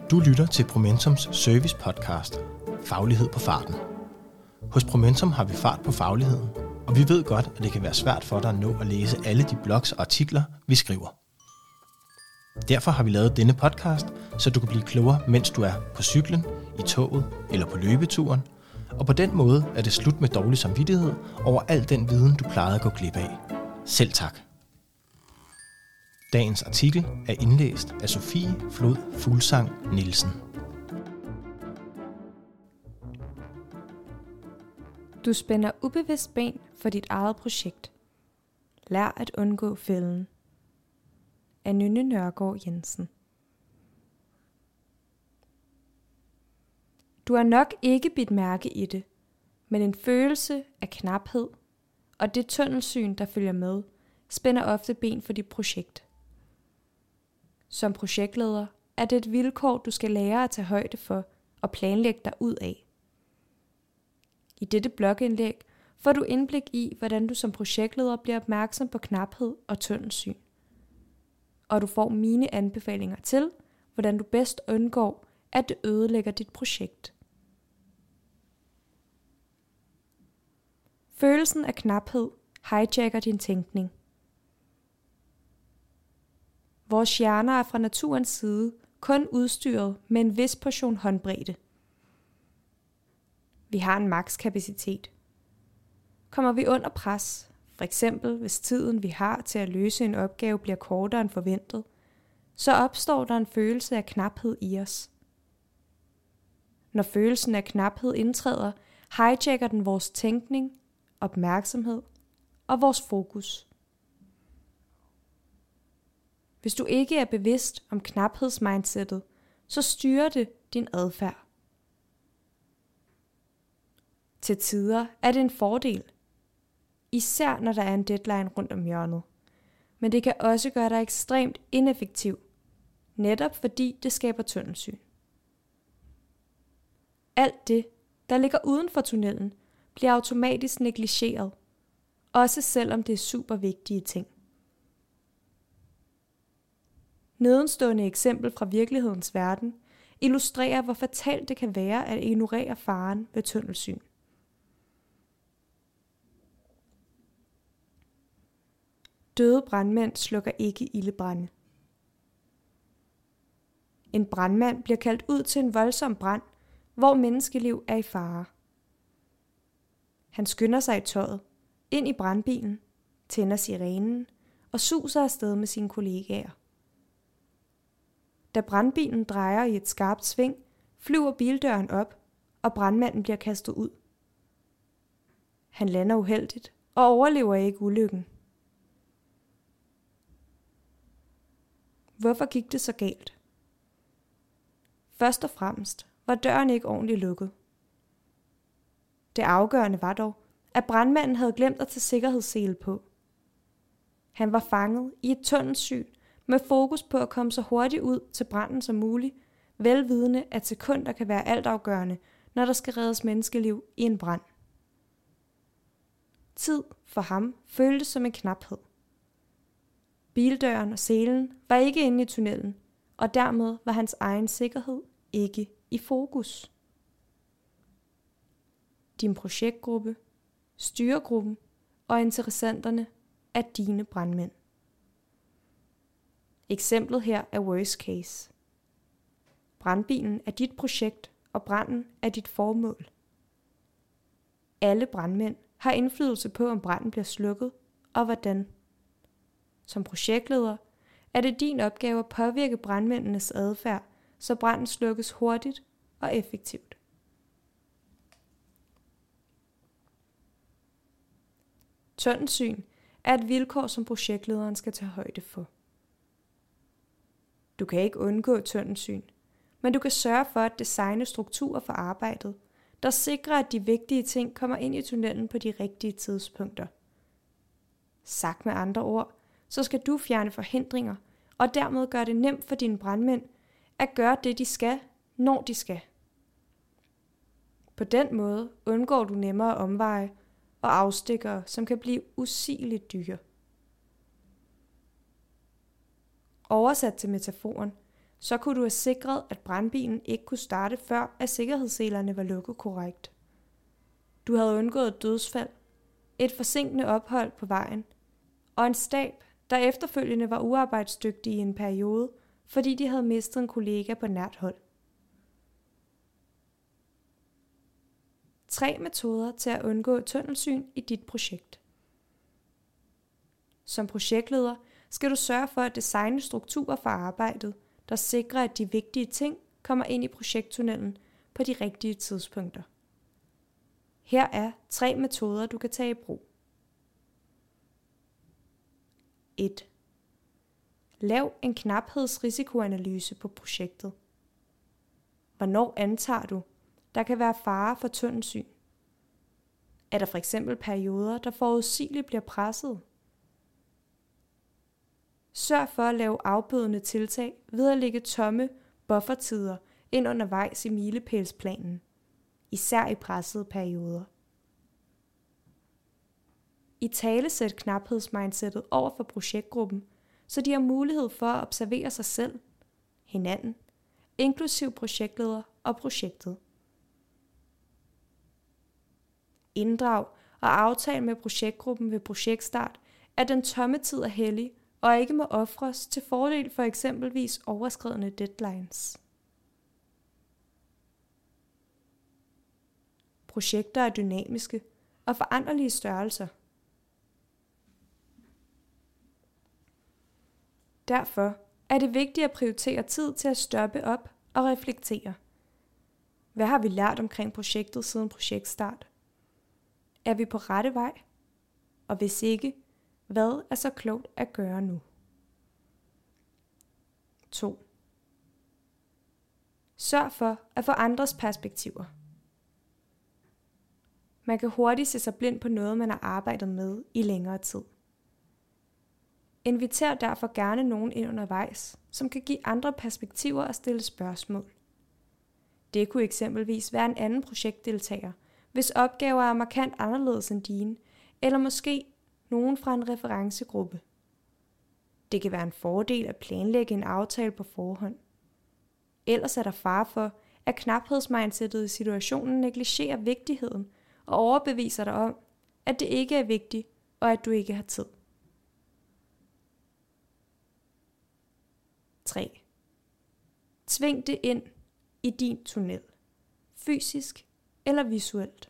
Du lytter til Promentums service podcast, Faglighed på farten. Hos Promentum har vi fart på fagligheden, og vi ved godt, at det kan være svært for dig at nå at læse alle de blogs og artikler, vi skriver. Derfor har vi lavet denne podcast, så du kan blive klogere, mens du er på cyklen, i toget eller på løbeturen, og på den måde er det slut med dårlig samvittighed over al den viden, du plejede at gå glip af. Selv tak. Dagens artikel er indlæst af Sofie Flod Fuglsang Nielsen. Du spænder ubevidst ben for dit eget projekt. Lær at undgå fælden. Af Nynne Nørgaard Jensen. Du har nok ikke bidt mærke i det, men en følelse af knaphed og det tunnelsyn, der følger med, spænder ofte ben for dit projekt. Som projektleder er det et vilkår, du skal lære at tage højde for og planlægge dig ud af. I dette blogindlæg får du indblik i, hvordan du som projektleder bliver opmærksom på knaphed og tunnelsyn. Og du får mine anbefalinger til, hvordan du bedst undgår, at det ødelægger dit projekt. Følelsen af knaphed hijacker din tænkning. Vores hjerner er fra naturens side kun udstyret med en vis portion håndbredde. Vi har en makskapacitet. Kommer vi under pres, f.eks. hvis tiden vi har til at løse en opgave bliver kortere end forventet, så opstår der en følelse af knaphed i os. Når følelsen af knaphed indtræder, hijacker den vores tænkning, opmærksomhed og vores fokus. Hvis du ikke er bevidst om knaphedsmindsetet, så styrer det din adfærd. Til tider er det en fordel, især når der er en deadline rundt om hjørnet. Men det kan også gøre dig ekstremt ineffektiv, netop fordi det skaber tunnelsyn. Alt det, der ligger uden for tunnelen, bliver automatisk negligeret, også selvom det er super vigtige ting. Nedenstående eksempel fra virkelighedens verden illustrerer, hvor fatalt det kan være at ignorere faren ved tunnelsyn. Døde brandmænd slukker ikke ildebrande. En brandmand bliver kaldt ud til en voldsom brand, hvor menneskeliv er i fare. Han skynder sig i tøjet, ind i brandbilen, tænder sirenen og suser afsted med sine kollegaer. Da brandbilen drejer i et skarpt sving, flyver bildøren op, og brandmanden bliver kastet ud. Han lander uheldigt og overlever ikke ulykken. Hvorfor gik det så galt? Først og fremmest var døren ikke ordentligt lukket. Det afgørende var dog, at brandmanden havde glemt at tage sikkerhedssele på. Han var fanget i et tunnelsyn med fokus på at komme så hurtigt ud til branden som muligt, velvidende at sekunder kan være altafgørende, når der skal reddes menneskeliv i en brand. Tid for ham føltes som en knaphed. Bildøren og selen var ikke inde i tunnelen, og dermed var hans egen sikkerhed ikke i fokus. Din projektgruppe, styregruppen og interessenterne er dine brandmænd. Eksemplet her er worst case. Brandbilen er dit projekt, og branden er dit formål. Alle brandmænd har indflydelse på, om branden bliver slukket, og hvordan. Som projektleder er det din opgave at påvirke brandmændenes adfærd, så branden slukkes hurtigt og effektivt. Tunnelsyn er et vilkår, som projektlederen skal tage højde for. Du kan ikke undgå tunnelsyn, men du kan sørge for at designe strukturer for arbejdet, der sikrer, at de vigtige ting kommer ind i tunnelen på de rigtige tidspunkter. Sagt med andre ord, så skal du fjerne forhindringer, og dermed gøre det nemt for dine brandmænd at gøre det, de skal, når de skal. På den måde undgår du nemmere omveje og afstikkere, som kan blive usigeligt dyre. Oversat til metaforen, Så kunne du have sikret, at brandbilen ikke kunne starte før, at sikkerhedsselerne var lukket korrekt. Du havde undgået et dødsfald, et forsinkende ophold på vejen, og en stab, der efterfølgende var uarbejdsdygtig i en periode, fordi de havde mistet en kollega på nært hold. 3 metoder til at undgå tunnelsyn i dit projekt. Som projektleder skal du sørge for at designe strukturer for arbejdet, der sikrer, at de vigtige ting kommer ind i projekttunnelen på de rigtige tidspunkter. Her er 3 metoder, du kan tage i brug. 1. Lav en knaphedsrisikoanalyse på projektet. Hvornår antager du, der kan være fare for tunnelsyn? Er der for eksempel perioder, der forudsigeligt bliver presset? Sørg for at lave afbødende tiltag ved at lægge tomme buffertider ind undervejs i milepælsplanen, især i pressede perioder. Italesæt knaphedsmindsetet over for projektgruppen, så de har mulighed for at observere sig selv, hinanden, inklusiv projektleder og projektet. Inddrag og aftale med projektgruppen ved projektstart, at den tomme tid er hellig og ikke må ofres til fordel for eksempelvis overskredne deadlines. Projekter er dynamiske og foranderlige størrelser. Derfor er det vigtigt at prioritere tid til at stoppe op og reflektere. Hvad har vi lært omkring projektet siden projektstart? Er vi på rette vej? Og hvis ikke, hvad er så klogt at gøre nu? 2. Sørg for at få andres perspektiver. Man kan hurtigt se sig blind på noget, man har arbejdet med i længere tid. Inviter derfor gerne nogen ind undervejs, som kan give andre perspektiver og stille spørgsmål. Det kunne eksempelvis være en anden projektdeltager, hvis opgaver er markant anderledes end dine, eller måske nogen fra en referencegruppe. Det kan være en fordel at planlægge en aftale på forhånd. Ellers er der fare for, at knaphedsmindsetet i situationen negligerer vigtigheden og overbeviser dig om, at det ikke er vigtigt og at du ikke har tid. 3. Tving det ind i din tunnel, fysisk eller visuelt.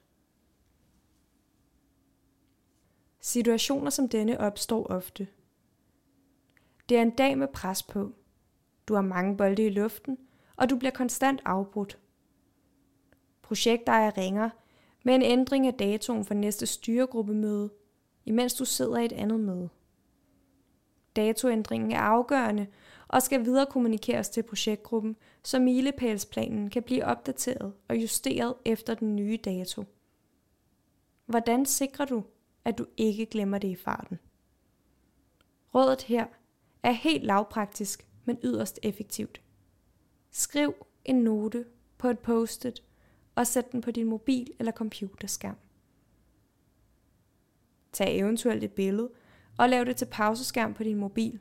Situationer som denne opstår ofte. Det er en dag med pres på. Du har mange bolde i luften, og du bliver konstant afbrudt. Projektejer ringer med en ændring af datoen for næste styregruppemøde, imens du sidder i et andet møde. Datoændringen er afgørende og skal videre kommunikeres til projektgruppen, så milepælsplanen kan blive opdateret og justeret efter den nye dato. Hvordan sikrer du, at du ikke glemmer det i farten? Rådet her er helt lavpraktisk, men yderst effektivt. Skriv en note på et post-it og sæt den på din mobil eller computerskærm. Tag eventuelt et billede og lav det til pauseskærm på din mobil.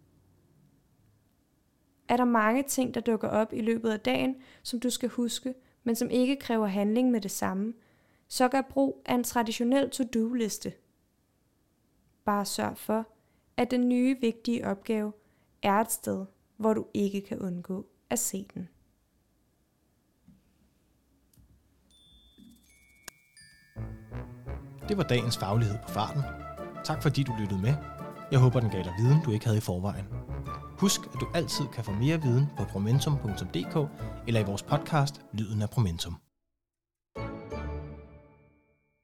Er der mange ting, der dukker op i løbet af dagen, som du skal huske, men som ikke kræver handling med det samme, så gør brug af en traditionel to-do-liste. Bare sørg for, at den nye vigtige opgave er et sted, hvor du ikke kan undgå at se den. Det var dagens faglighed på farten. Tak fordi du lyttede med. Jeg håber, den gav dig viden, du ikke havde i forvejen. Husk, at du altid kan få mere viden på promentum.dk eller i vores podcast Lyden af Promentum.